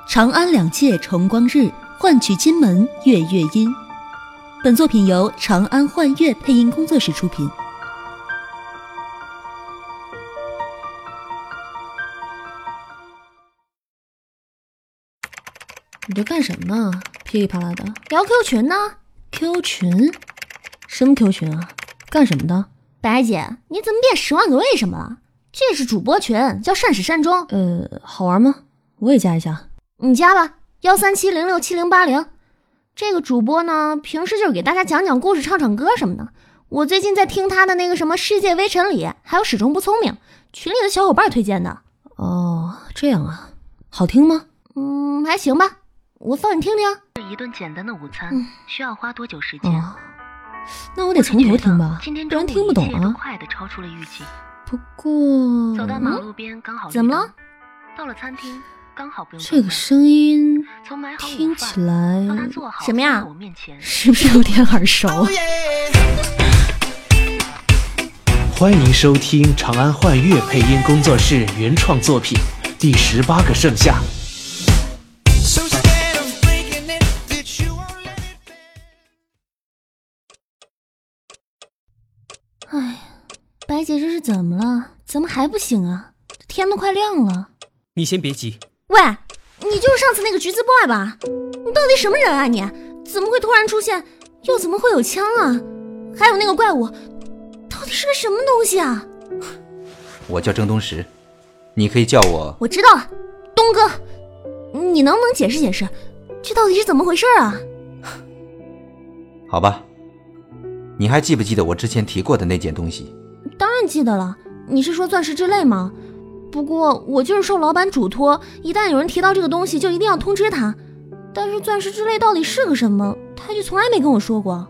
长安两界重光日，换取金门月月音。本作品由长安幻乐配音工作室出品。 你这干什么呢？噼里啪啦的聊 Q 群呢。 Q 群？什么 Q 群啊？干什么的？ 白姐，你怎么变10万个为什么了？这是主播群，叫善始善终。 好玩吗？我也加一下。 你加吧，137067080。这个主播呢，平时就是给大家讲讲故事、唱唱歌什么的。我最近在听他的那个什么《世界微尘里》，还有《始终不聪明》，群里的小伙伴推荐的。 哦，这样啊，好听吗？ 还行吧，我放你听听。 一顿简单的午餐需要花多久时间？ 那我得从头听吧，不然听不懂啊。 快地超出了预计。 不过走到马路边刚好怎么了？ 到了餐厅刚好不用这个声音听起来什么呀？ 是不是有点耳熟？ 欢迎收听长安幻乐配音工作室原创作品《第18个盛夏》。 哎，白姐这是怎么了？怎么还不醒啊？天都快亮了。 你先别急。 喂，你就是上次那个橘子 boy 吧？你到底什么人啊你？怎么会突然出现？又怎么会有枪啊？还有那个怪物，到底是个什么东西啊？ 我叫郑东石，你可以叫我…… 我知道了，东哥，你能不能解释解释，这到底是怎么回事啊？ 好吧，你还记不记得我之前提过的那件东西？ 当然记得了，你是说钻石之泪吗？不过我就是受老板嘱托，一旦有人提到这个东西就一定要通知他。但是钻石之泪到底是个什么，他就从来没跟我说过。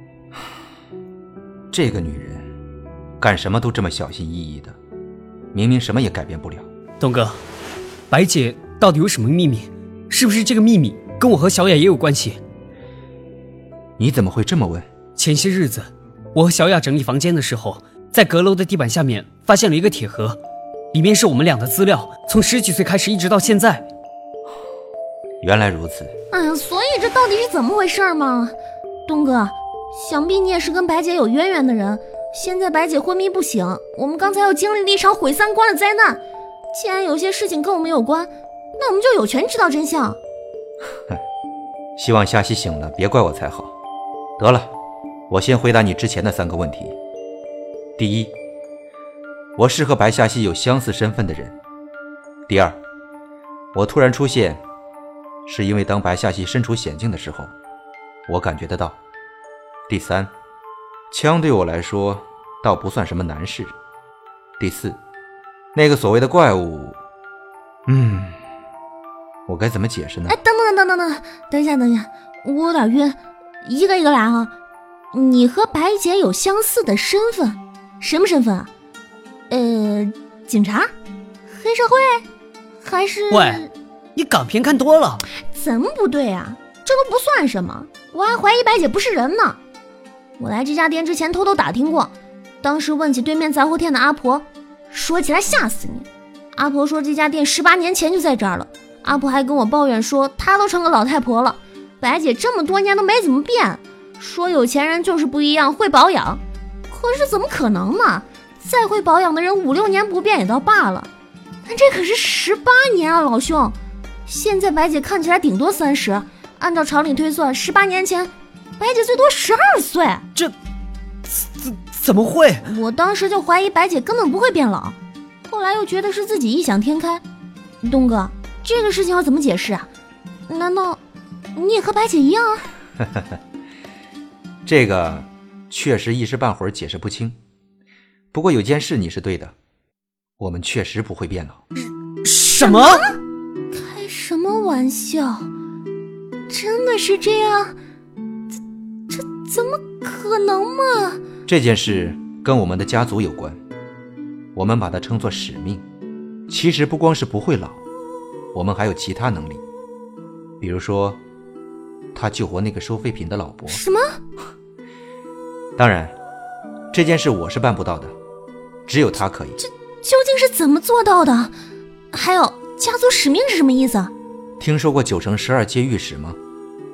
这个女人干什么都这么小心翼翼的，明明什么也改变不了。 东哥，白姐到底有什么秘密？是不是这个秘密跟我和小雅也有关系？ 你怎么会这么问？ 前些日子我和小雅整理房间的时候，在阁楼的地板下面发现了一个铁盒，里面是我们俩的资料，从10几岁开始一直到现在。 原来如此。 哎呀，所以这到底是怎么回事嘛？东哥，想必你也是跟白姐有渊源的人。现在白姐昏迷不醒，我们刚才又经历了一场毁三观的灾难。既然有些事情跟我们有关，那我们就有权知道真相。 希望夏曦醒了别怪我才好。得了，我先回答你之前的3个问题。第一，我是和白夏曦有相似身份的人。第二，我突然出现是因为当白夏曦身处险境的时候，我感觉得到。第三，枪对我来说倒不算什么难事。第四，那个所谓的怪物，我该怎么解释呢？ 哎，等一下，我有点晕，一个一个来啊。你和白姐有相似的身份，什么身份啊？警察？黑社会？还是…… 喂，你港片看多了。 怎么不对啊？这都不算什么，我还怀疑白姐不是人呢。我来这家店之前偷偷打听过，当时问起对面杂货店的阿婆，说起来吓死你。阿婆说这家店18年前就在这儿了。阿婆还跟我抱怨说她都成个老太婆了，白姐这么多年都没怎么变，说有钱人就是不一样，会保养。可是怎么可能嘛？再会保养的人5、6年不变也倒罢了，但这可是18年啊，老兄。现在白姐看起来顶多30，按照常理推算，18年前白姐最多12岁。 这怎么会？ 我当时就怀疑白姐根本不会变老，后来又觉得是自己异想天开。东哥，这个事情要怎么解释啊？难道你也和白姐一样啊？ 这个确实一时半会儿解释不清。不过有件事你是对的，我们确实不会变老。 什么？ 开什么玩笑？真的是这样？这怎么可能嘛？ 这件事跟我们的家族有关，我们把它称作使命。其实不光是不会老，我们还有其他能力，比如说他救活那个收废品的老伯。 什么？ 当然这件事我是办不到的，只有他可以。 这究竟是怎么做到的？还有家族使命是什么意思？ 听说过9乘12阶玉石吗？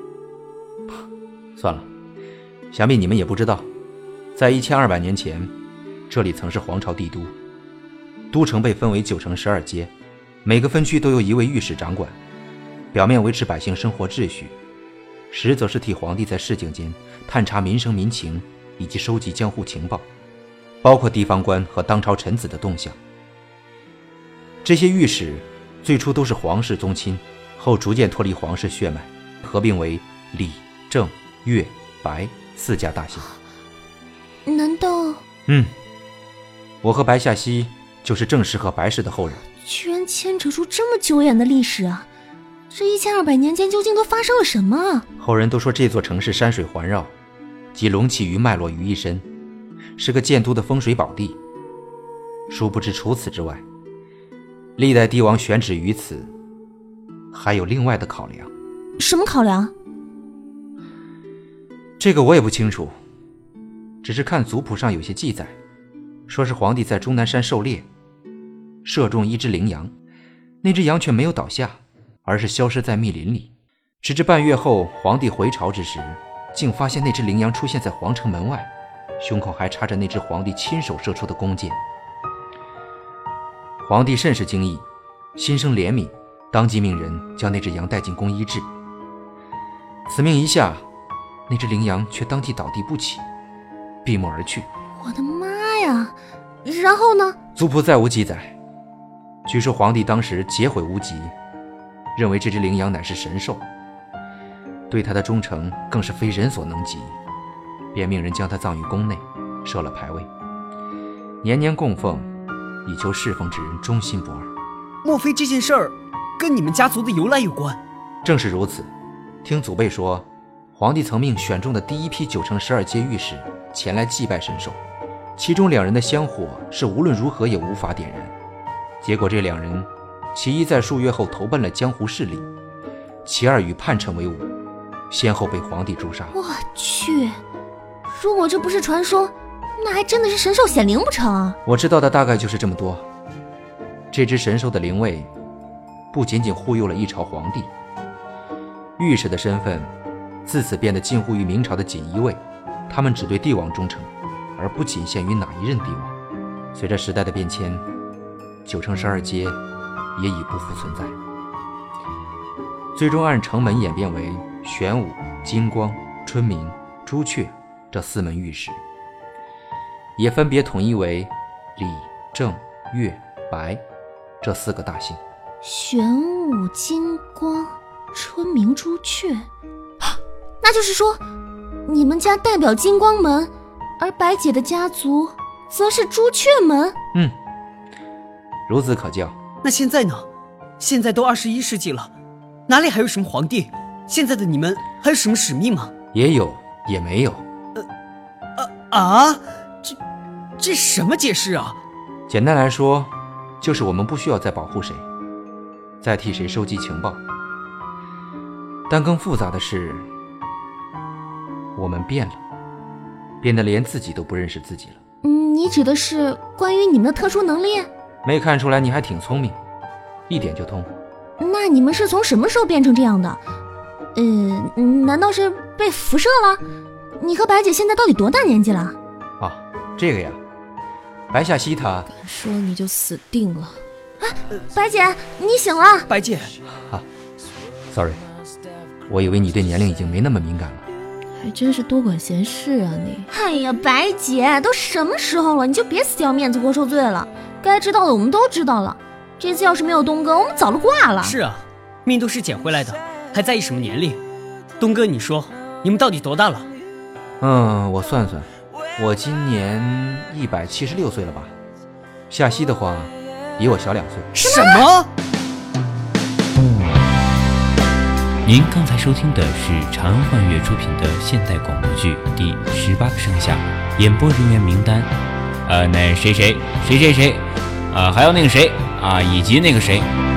算了，想必你们也不知道，在1200年前，这里曾是皇朝帝都，都城被分为9乘12阶，每个分区都由一位御史掌管，表面维持百姓生活秩序，实则是替皇帝在市井间探查民生民情以及收集江湖情报，包括地方官和当朝臣子的动向。这些御史最初都是皇室宗亲，后逐渐脱离皇室血脉，合并为李、郑、岳、白4家大姓。 难道…… 我和白夏曦就是郑氏和白氏的后人。 居然牵扯出这么久远的历史啊！这1200年间究竟都发生了什么啊？ 后人都说这座城市山水环绕，集龙起于脉络于一身，是个建都的风水宝地。殊不知除此之外，历代帝王选址于此，还有另外的考量。 什么考量？ 这个我也不清楚，只是看族谱上有些记载，说是皇帝在终南山狩猎，射中一只羚羊，那只羊却没有倒下，而是消失在密林里。直至半月后，皇帝回朝之时，竟发现那只羚羊出现在皇城门外，胸口还插着那只皇帝亲手射出的弓箭。皇帝甚是惊异，心生怜悯，当即命人将那只羊带进宫医治。此命一下，那只羚羊却当即倒地不起，闭目而去。 我的妈呀！然后呢？ 族谱再无记载。据说皇帝当时劫毁无极，认为这只羚羊乃是神兽，对他的忠诚更是非人所能及，便命人将他葬于宫内，设了牌位，年年供奉，以求侍奉之人忠心不二。 莫非这件事儿跟你们家族的由来有关？ 正是如此。听祖辈说，皇帝曾命选中的第一批9乘12阶御史前来祭拜神兽，其中2人的香火是无论如何也无法点燃。结果这2人，其一在数月后投奔了江湖势力，其二与叛臣为伍，先后被皇帝诛杀。 我去，如果这不是传说，那还真的是神兽显灵不成啊？ 我知道的大概就是这么多。这只神兽的灵位不仅仅护佑了一朝皇帝，御史的身份自此变得近乎于明朝的锦衣卫，他们只对帝王忠诚，而不仅限于哪一任帝王。随着时代的变迁，9乘12阶也已不复存在，最终按城门演变为玄武、金光、春明、朱雀这4门御史，也分别统一为李、郑、岳、白这4个大姓。 玄武、金光、春明、朱雀，那就是说你们家代表金光门，而白姐的家族则是朱雀门。 孺子可教。 那现在呢？现在都21世纪了，哪里还有什么皇帝？现在的你们还有什么使命吗？ 也有，也没有。 这什么解释啊？ 简单来说，就是我们不需要再保护谁，再替谁收集情报。但更复杂的是，我们变了，变得连自己都不认识自己了。 你指的是关于你们的特殊能力？ 没看出来你还挺聪明，一点就通。 那你们是从什么时候变成这样的？难道是被辐射了？你和白姐现在到底多大年纪了？ 这个呀，白夏曦她…… 敢说你就死定了。 白姐，你醒了。 白姐 sorry， 我以为你对年龄已经没那么敏感了。 还真是多管闲事啊你。 哎呀，白姐，都什么时候了，你就别死要面子活受罪了。该知道的我们都知道了，这次要是没有东哥，我们早就挂了。 是啊，命都是捡回来的，还在意什么年龄？东哥，你说你们到底多大了？ 我算算，我今年176岁了吧？夏曦的话，比我小2岁。 什么？ 您刚才收听的是长安幻乐出品的现代广播剧《第18个盛夏》，演播人员名单，那谁，还有那个谁以及那个谁。